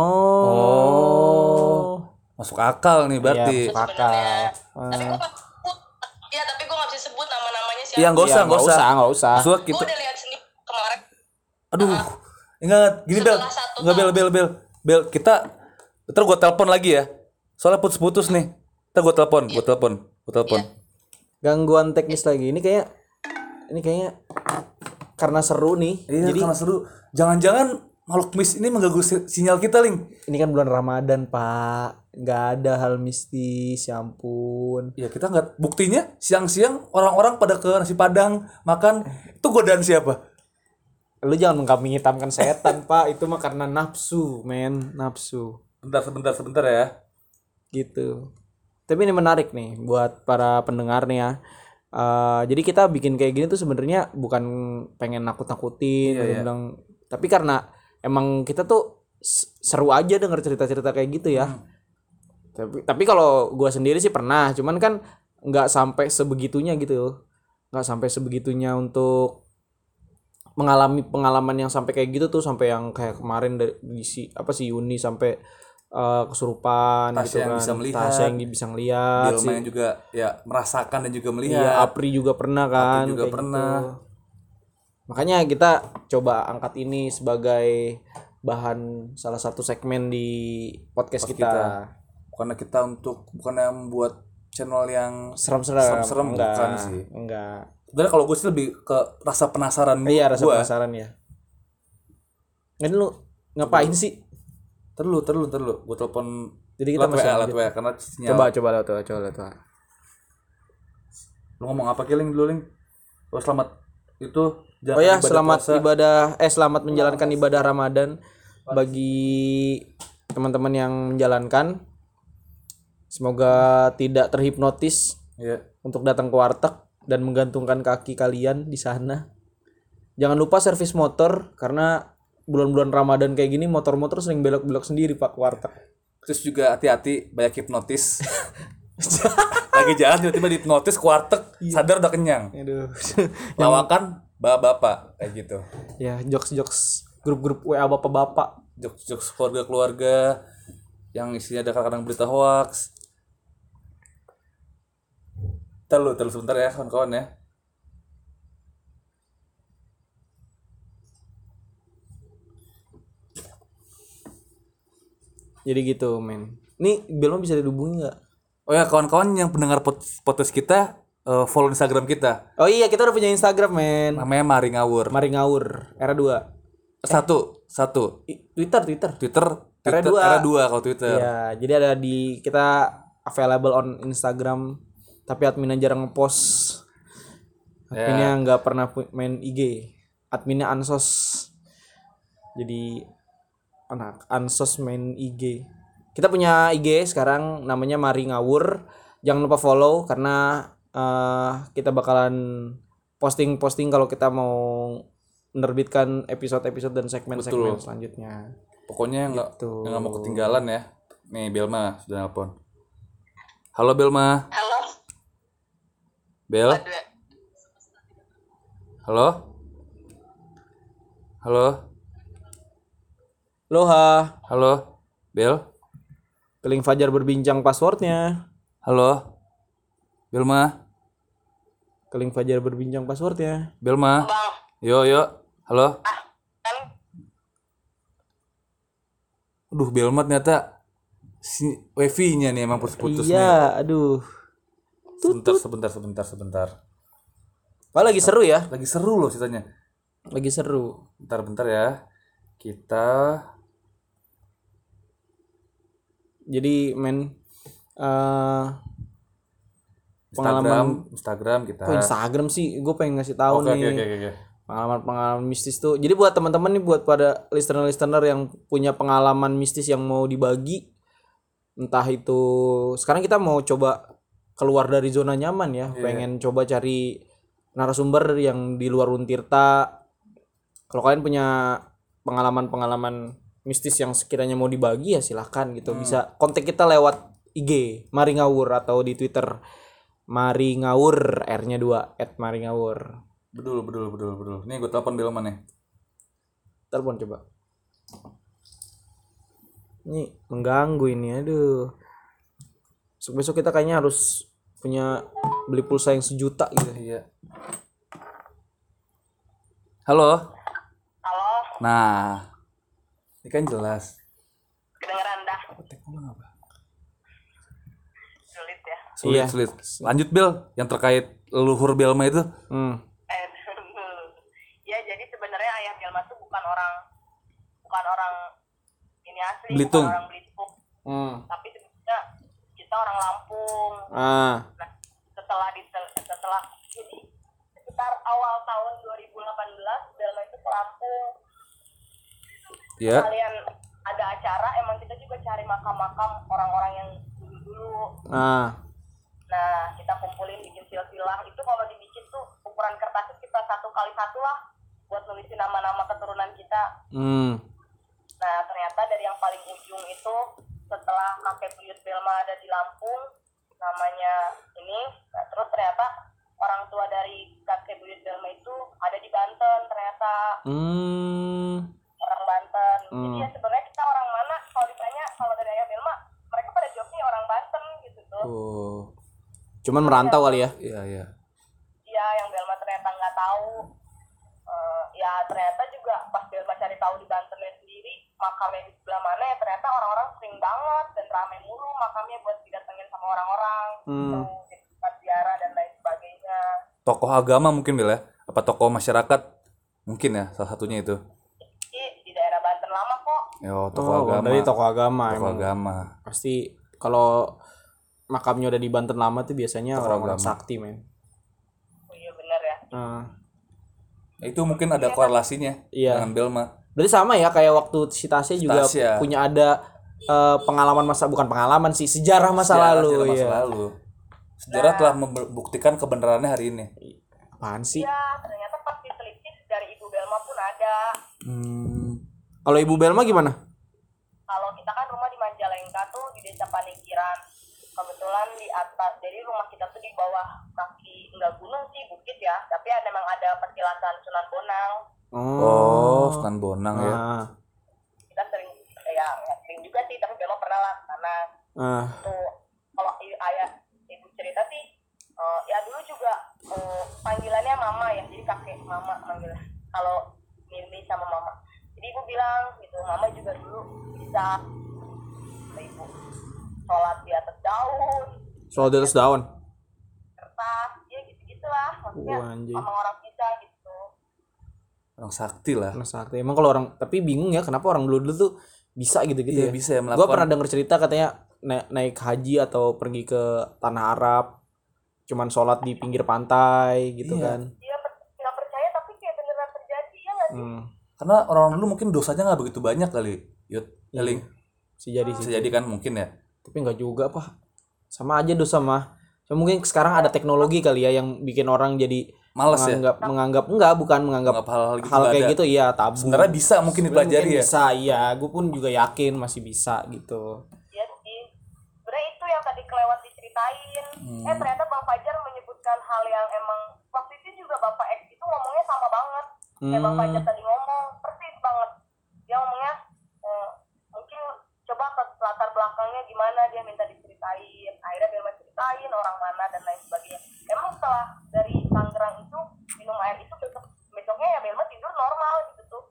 Oh. Masuk akal nih berarti. Iya, masuk Sebenarnya. akal. Tapi gue nggak sebut. Ya tapi gue nggak bisa sebut nama-namanya siapa. Iya, enggak usah, Iya, enggak usah. nggak usah. Maksudnya Gue kita udah lihat sendiri kemarin. aduh. Ingat, gini Bel. Setelah satu Enggak Bel, kita ntar gue telepon lagi ya. Soalnya putus-putus nih. Ntar gue telepon. Gangguan teknis lagi. Ini kayaknya karena seru nih. Iya, Jadi karena seru. Jangan-jangan makhluk mis ini mengganggu sinyal kita, Ling. ini kan bulan Ramadan, Pak. Nggak ada hal mistis, ya ampun. Ya kita nggak, buktinya siang-siang orang-orang pada ke nasi padang makan. Itu godaan siapa? Lu jangan mengkambing hitamkan setan, Pak. Itu mah karena nafsu, men. Nafsu. Sebentar ya. Gitu. Tapi ini menarik nih buat para pendengar nih ya. Jadi kita bikin kayak gini tuh sebenarnya bukan pengen nakut-nakutin, undang, tapi karena emang kita tuh seru aja denger cerita-cerita kayak gitu ya. Tapi kalau gua sendiri sih pernah, cuman kan nggak sampai sebegitunya gitu, nggak sampai sebegitunya untuk mengalami pengalaman yang sampai kayak gitu tuh, sampai yang kayak kemarin dari si Yuni sampai kesurupan Tasya gitu yang kan. bisa melihat. Tasya yang bisa ngelihat. Belma yang juga ya merasakan dan juga Iya, melihat. Apri juga pernah kan. Apri juga kayak pernah. gitu. Makanya kita coba angkat ini sebagai bahan salah satu segmen di podcast kita. bukannya kita bukannya membuat channel yang serem-serem enggak bukan sih. enggak. Sebenarnya kalau gue sih lebih ke rasa penasaran Iya, rasa gua. penasaran ya. Ini lu ngapain sih? Terlalu gue telepon. Jadi kita masih lewat WA karena sinyal. coba lihat tuh. Lu ngomong apa Ling dulu Ling? Oh selamat itu Oh ya, selamat puasa. selamat menjalankan ibadah Ramadan bagi teman-teman yang menjalankan. Semoga tidak terhipnotis Iya. untuk datang ke warteg dan menggantungkan kaki kalian di sana. Jangan lupa servis motor karena bulan-bulan Ramadan kayak gini motor-motor sering belok-belok sendiri Pak ke warteg. Terus juga hati-hati banyak hipnotis. Lagi jalan tiba-tiba dihipnotis ke warteg, sadar udah kenyang. Aduh. Lawakan bapak-bapak kayak gitu. Ya, jokes-jokes grup-grup WA bapak-bapak. Jokes keluarga-keluarga yang isinya ada kadang-kadang berita hoax. Terlalu sebentar ya kawan-kawan ya. Jadi gitu, men. Nih, Belma bisa dihubungi nggak? Oh ya kawan-kawan yang pendengar podcast kita follow Instagram kita. Oh iya, kita udah punya Instagram, men. Namanya Mari Ngawur. Mari Ngawur, era 2. Satu. Twitter. Era 2 kalau Twitter. Iya, jadi ada kita available on Instagram, tapi adminnya jarang ngepost. Adminnya nggak pernah main IG. Adminnya ansos. Jadi anak ansos main IG. Kita punya IG sekarang namanya Mari Ngawur. Jangan lupa follow karena kita bakalan posting kalau kita mau menerbitkan episode-episode dan segmen-segmen selanjutnya. Pokoknya nggak Gitu. mau ketinggalan ya. Nih Belma sudah nelpon. Halo Belma. Halo. Bel. Halo. Loha, Halo. Bel. Keling Fajar berbincang passwordnya. Halo. Belma. Keling Fajar berbincang passwordnya. Belma. Bang, Yo. Halo. kan Aduh Belma ternyata si wifi-nya nih emang putus-putus nih. Iya, aduh. Sebentar. Wah, lagi seru ya? Lagi seru loh ceritanya. Lagi seru. Bentar ya. Kita Jadi pengalaman Instagram kita. kok Instagram sih? Gue pengen ngasih tahu Oke. nih. Pengalaman mistis tuh. Jadi buat teman-teman nih, buat pada listener yang punya pengalaman mistis yang mau dibagi, entah itu sekarang kita mau coba keluar dari zona nyaman ya, pengen coba cari narasumber yang di luar Untirta. Kalau kalian punya pengalaman mistis yang sekiranya mau dibagi ya silahkan gitu. Bisa kontak kita lewat IG Mari Ngawur atau di Twitter Mari Ngawur, R-nya 2 @maringawur. Betul. Nih gue telepon Belma nih. Telepon coba. Ini mengganggu ini, aduh. Besok kita kayaknya harus beli pulsa yang 1 juta gitu. Iya. Halo. halo, Nah, ini kan jelas. kedengeran dah. Apa? Sulit ya. Iya. Sulit. Lanjut Bel, yang terkait leluhur Belma itu. Ya jadi sebenarnya ayah Belma tuh bukan orang ini asli, Belitung. bukan orang Belitung. Tapi sebenarnya kita orang Lampung. Ah, Nah, setelah jadi sekitar awal tahun 2018 Belma itu ke Lampung. Ya. Kalian ada acara, emang kita juga cari makam-makam orang-orang yang dulu. ah, Nah, kita kumpulin bikin silsilah. Itu kalau dibikin tuh ukuran kertasnya kita 1x1 lah buat nulisin nama-nama keturunan kita. Nah, ternyata dari yang paling ujung itu setelah kakek buyut Belma ada di Lampung, namanya ini, nah, terus ternyata orang tua dari kakek buyut Belma itu ada di Banten ternyata. Orang Banten. Jadi ya sebenarnya kita orang mana? Kalau ditanya, kalau dari ayah Belma, mereka pada jawabnya orang Banten gitu tuh. cuman merantau kali ya. Iya. Iya, yang Belma ternyata nggak tahu. Ya ternyata juga pas Belma cari tahu di Bantennya sendiri makamnya di sebelah mana, ya ternyata orang-orang sering banget dan ramai mulu makamnya tokoh agama mungkin Bel ya? Apa tokoh masyarakat? Mungkin ya salah satunya itu. Di daerah Banten lama kok. Yo, tokoh agama. Dari tokoh agama Tokoh emang. agama. Pasti kalau makamnya udah di Banten lama tuh biasanya orang-orang sakti, men. Oh iya benar ya. Ya, itu mungkin ada korelasinya Iya. dengan Belma. Berarti sama ya kayak waktu si Tasya juga Tasya. punya ada pengalaman bukan pengalaman sih, sejarah masa lalu. Sejarah masa Iya. lalu. Sejarah telah membuktikan kebenarannya hari ini. Apaan sih? Iya, ternyata pas diteliti dari Ibu Belma pun ada. Kalau Ibu Belma gimana? Kalau kita kan rumah di Majalengka tuh di Desa Panikiran. Kebetulan di atas, jadi rumah kita tuh di bawah kaki, enggak gunung sih, bukit ya. Tapi memang ada petilasan Sunan Bonang. Oh, Sunan Bonang ya. Ah. Kita sering, ya sering juga sih, tapi Belma pernah lah. Karena tuh, kalau ayah ibu cerita sih, ya dulu juga panggilannya mama ya, jadi kakek mama manggilnya. Kalau Mimi sama mama. Jadi ibu bilang gitu, mama juga dulu bisa ibu sholat di atas daun, Soal di atas daun. kertas, ya gitu-gitulah. Maksudnya Anjing. sama orang bisa gitu. Orang sakti lah. Nah, sakti. Emang kalau orang, tapi bingung ya kenapa orang dulu tuh bisa gitu-gitu Iya, ya. bisa ya Gue melakukan. pernah denger cerita katanya naik haji atau pergi ke tanah Arab, cuman sholat di pinggir pantai gitu Iya. kan. Dia nggak percaya tapi kayak beneran terjadi ya nggak sih? Karena orang dulu mungkin dosanya nggak begitu banyak kali. Yud, Eling. Bisa jadi Bisa sih. jadi kan mungkin ya. Tapi nggak juga pak. Sama aja dosa mah. Cuma mungkin sekarang ada teknologi kali ya yang bikin orang jadi Males ya. menganggap enggak, bukan menganggap Menganggap hal-hal gitu hal nggak kayak ada. gitu ya tabu. Sebenarnya bisa mungkin Sebenarnya dipelajari ya. Bisa, iya. Gue pun juga yakin masih bisa gitu. Iya sih. Sebenarnya itu yang tadi kelewat diceritain. Ternyata Bang Fajar menyebutkan hal yang emang waktu itu juga Bapak X itu ngomongnya sama banget. Kayak Bang Fajar tadi ngomong, persis banget. Dia ngomongnya mungkin coba ke latar belakangnya gimana, dia minta diceritain. Akhirnya dia ceritain orang mana dan lain sebagainya. Emang setelah dari Tangerang itu minum air itu besoknya ya Belma tidur normal gitu tuh.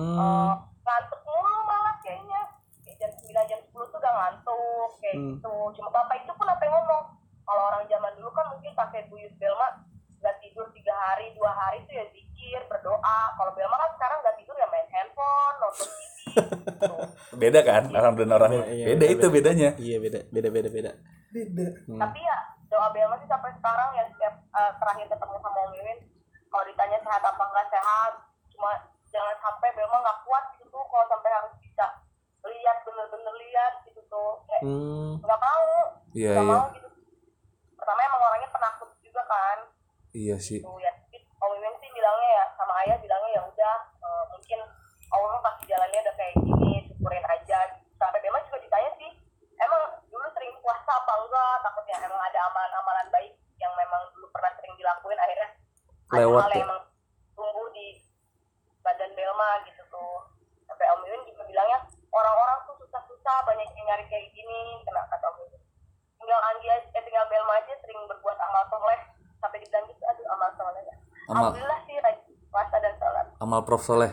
Ngantuk mulu malah kayaknya. Kayak jam 9 jam 10 tuh udah ngantuk kayak gitu. Cuma bapak itu pun apa yang ngomong, kalau orang zaman dulu kan mungkin pakai buyut Belma nggak tidur 3 hari 2 hari tuh ya zikir berdoa. Kalau Belma kan sekarang nggak tidur ya main handphone nonton TV gitu. Beda kan orang dan orang. Iya, Beda itu bedanya. Iya beda. Tapi ya doa Belma sih sampai sekarang ya setiap terakhir ketemu sama Om Mimin, kalau ditanya sehat apa nggak sehat, cuma jangan sampai Belma nggak kuat gitu tuh kalau sampai harus bisa lihat bener-bener lihat gitu tuh kayak nggak mau Iya, nggak iya. mau gitu. Pertama emang orangnya penakut juga kan Iya sih. tuh ya. Om Mimin sih bilangnya ya sama ayah bilangnya ya udah mungkin Allah pasti jalannya udah kayak gini, syukurin aja. Sampai Belma juga ditanya sih, emang dulu sering puasa apa enggak, takutnya emang ada amalan-amalan baik yang memang dulu pernah sering dilakuin akhirnya Lewat ada hal ya. yang emang tumbuh di badan Belma gitu tuh. Sampai Om Mimin juga bilangnya orang-orang tuh susah-susah banyak yang nyari kayak gini, kata Om Mimin. Tinggal Belma aja sering berbuat amal soleh sampai dibilang gitu, aduh amal soleh ya. Amal. Alhamdulillah sih rajin puasa dan sholat Amal Prof Soleh.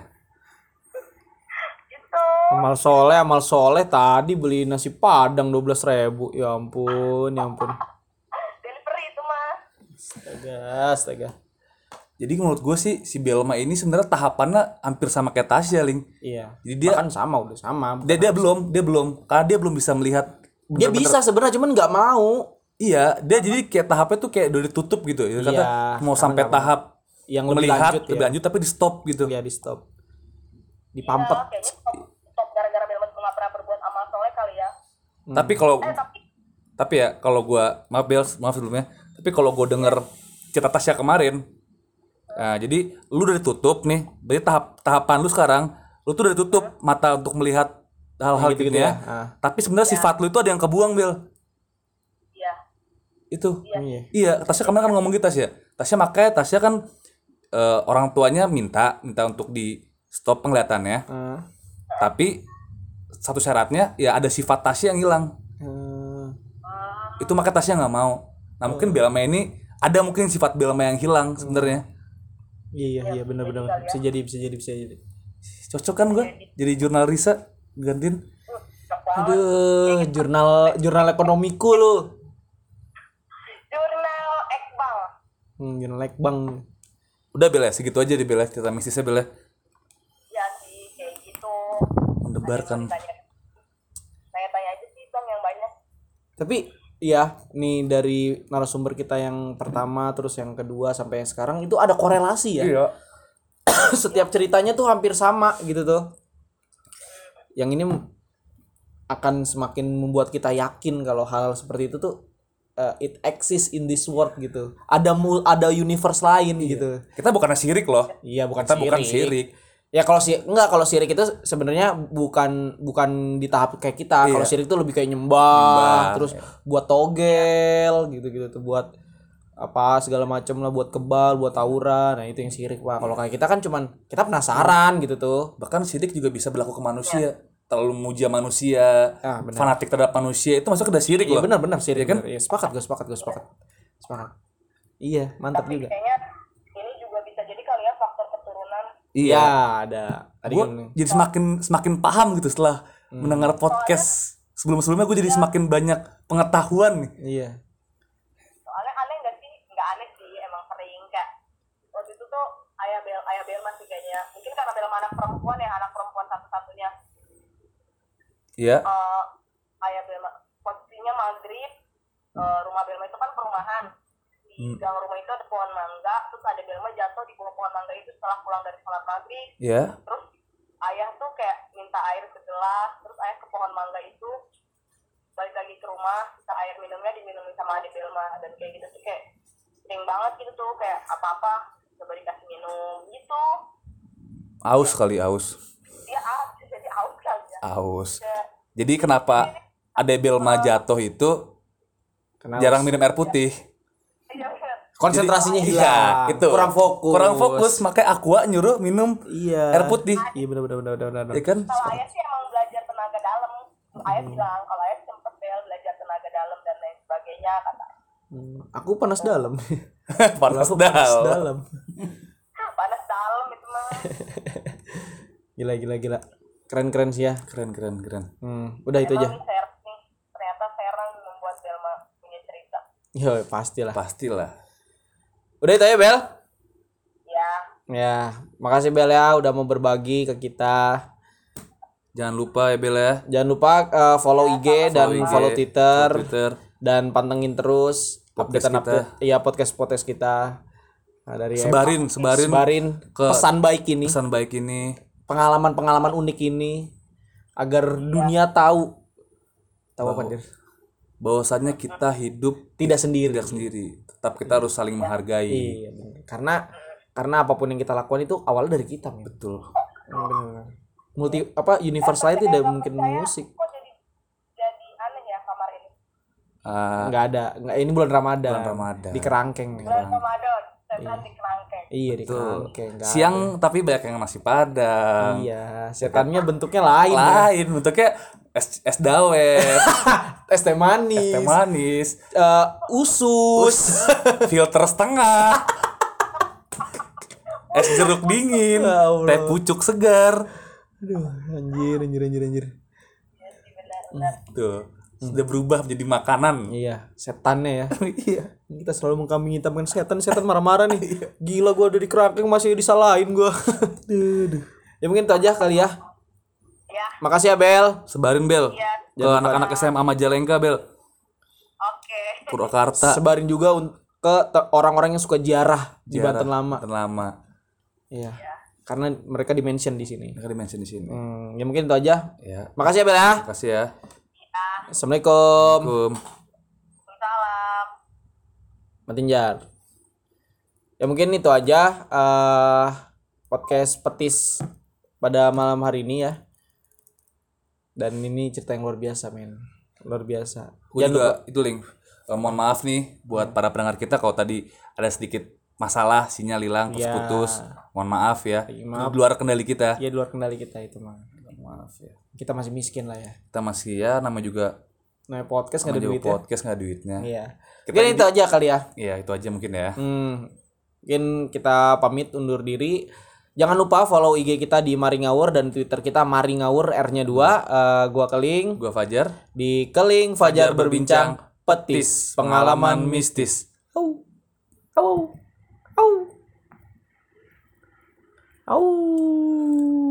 gitu. Amal soleh tadi beli nasi padang 12.000. Ya ampun. Delivery itu mah. Astaga. Jadi menurut gue sih si Belma ini sebenarnya tahapannya hampir sama kayak Tasya, Ling. Iya. Jadi dia Kan udah sama. dia belum karena dia belum bisa melihat Dia bisa sebenarnya cuman nggak mau. Iya, dia jadi kayak tahapnya tuh kayak udah ditutup gitu. Ya, kata mau karena sampai nggak tahap yang lebih melihat lanjut lebih ya. lanjut tapi di stop gitu. Ya di stop. Ya, Dipampet. kayaknya stop gara-gara Belma tuh nggak pernah berbuat amal soleh kali ya. Tapi kalau Tapi tapi ya kalau gua maaf sebelumnya, tapi kalau gua denger cerita Tasya kemarin, nah, jadi lu udah ditutup nih, berarti tahapan lu sekarang, lu tuh udah ditutup mata untuk melihat hal-hal gitu Gitu-gitu ya. ya. Tapi sebenarnya sifat lu itu ada yang kebuang, Bel. iya. Itu. Iya. Iya, Tasya kemarin kan ngomong gitu Tasya. Tasya kan orang tuanya minta untuk di stop penglihatannya. Tapi satu syaratnya ya ada sifat Tasya yang hilang. Itu maka Tasya nggak mau. Nah mungkin Belma ini ada mungkin sifat Belma yang hilang sebenarnya. Iya benar. Bisa jadi. Cocok kan gua jadi jurnal riset gantiin. Aduh, jurnal ekonomiku lu. Jurnal Ekbal. Jelek bang. Udah Bel ya, segitu aja di Bel ya, cerita mistisnya Bel ya. Ya sih kayak gitu. Mendebarkan. Tanya-tanya aja sih bang yang banyak. Tapi iya, nih dari narasumber kita yang pertama terus yang kedua sampai yang sekarang itu ada korelasi ya. Iya. Setiap ceritanya tuh hampir sama gitu tuh. Yang ini akan semakin membuat kita yakin kalau hal seperti itu tuh it exists in this world gitu. Ada universe lain gitu. Kita bukannya sirik loh. Iya, bukan Kita sirik. bukan sirik. Ya kalau kalau sirik itu sebenarnya bukan di tahap kayak kita. Kalau sirik itu lebih kayak nyembah terus buat togel gitu-gitu tuh, buat apa segala macam lah, buat kebal, buat tawuran. Nah, itu yang sirik, Pak. Kalau kayak kita kan cuman kita penasaran gitu tuh. Bahkan sirik juga bisa berlaku ke manusia. Terlalu memuja manusia, fanatik terhadap manusia, itu masuk ke dalam sirik Iya, loh. benar sirik kan? Iya, sepakat. Iya, mantap Tapi juga. kayaknya ini juga bisa jadi kali ya faktor keturunan. Iya, ada. Tadi Gue kan jadi semakin paham gitu setelah mendengar podcast sebelum-sebelumnya, gue jadi semakin banyak pengetahuan nih. iya. Soalnya aneh nggak sih? Nggak aneh sih, emang sering kayak waktu itu tuh ayah Bel masih kayaknya mungkin karena Bel anak perempuan ya, anak perempuan satu-satunya. Iya. Ayah Bel posisinya maghrib, rumah Belma itu kan perumahan. Di gang rumah itu ada pohon mangga, terus ada Belma jatuh di bawah pohon mangga itu setelah pulang dari sholat maghrib. Iya. Terus ayah tuh kayak minta air ke gelas, terus ayah ke pohon mangga itu, balik lagi ke rumah, sisa air minumnya diminumin sama adik Belma, dan kayak gitu tuh kayak sering banget gitu tuh, kayak apa-apa coba dikasih minum gitu. Aus kali, aus. Dia jadi aus kali ya. Aus. Kayak, Jadi kenapa ada Belma jatuh itu Kenapa? jarang minum air putih? iya bener. Konsentrasinya Iya, hilang. itu. Kurang fokus. Makanya Aqua nyuruh minum Iya. air putih. Iya, benar. Iya kan? Kalau ayah sih emang belajar tenaga dalam. Ayah bilang kalau ayah sempet belajar tenaga dalam dan lain sebagainya kata. Aku panas dalam. Panas Aku panas dalam. dalam. Panas dalam itu mah. Gila. Keren sih ya. Keren. Udah itu aja. Emang nih, ternyata Serang membuat Belma punya cerita. Yo, pastilah. Pastilah. Udah itu aja, Bel. Ya, Ya, makasih Bel ya udah mau berbagi ke kita. Jangan lupa ya Bel ya. Jangan lupa follow IG dan IG, follow Twitter, Twitter. dan pantengin terus Podcast podcast kita. Nah, dari Sebarin ke pesan baik ini, pesan baik ini. pengalaman unik ini agar dunia tahu apa Dir? Bahwasannya kita hidup Tidak sendiri. Tetap kita harus saling menghargai. Iya, bener. Karena apapun yang kita lakukan itu awalnya dari kita, men. Betul. Benar. Universe lain tidak mungkin musik. kok jadi aneh ya kamar ini. Enggak ada. Ini bulan Ramadan. Bulan Ramadan. Di kerangkeng. Bulan Ramadan, setan di kerangkeng. Iya, di Betul. kerangkeng. Nggak Siang tapi banyak yang masih padam. Iya, setannya bentuknya lain. Ya. Lain bentuknya es dawet, Es teh manis. teh manis, Usus. filter setengah, es jeruk dingin, Ya Allah. teh pucuk segar. Aduh, anjir. Benar. Tuh, sudah berubah menjadi makanan. Iya, setannya ya. Iya. Kita selalu mengkambing hitamkan setan marah-marah nih. Gila, gua udah di kerangkeng masih disalahin gua. Ya mungkin itu aja kali ya. Ya, Makasih ya Bel. Sebarin Bel Iya. ke anak-anak SMA Majalengka Bel, oke. Purwakarta. Sebarin juga ke orang-orang yang suka ziarah di Banten Lama. Banten Lama. Iya. Karena mereka di-mention di sini. Mereka di-mention di sini. Ya mungkin itu aja. Ya. Makasih ya Bel ya. Makasih ya. Assalamualaikum. Assalamualaikum. Salam. Matinjar. Ya mungkin itu aja podcast petis pada malam hari ini ya. Dan ini cerita yang luar biasa, men. Luar biasa. Gue juga itu link. Mohon maaf nih buat para pendengar kita kalau tadi ada sedikit masalah, sinyal hilang, putus-putus. Mohon maaf ya. Maaf. Di luar kendali kita. Ya di luar kendali kita itu mah. Maaf ya. Kita masih miskin lah ya. Kita masih ya nama juga Nah, podcast nggak ada juga duit ya. podcast nggak ada duitnya. Iya. Kita Mungkin itu aja kali ya. Iya, itu aja mungkin ya. Mungkin kita pamit undur diri. Jangan lupa follow IG kita di Maringawur dan Twitter kita Maringawur R-nya 2. Gua Keling. Gua Fajar. Di Keling Fajar berbincang petis pengalaman mistis. mistis. Au. Au.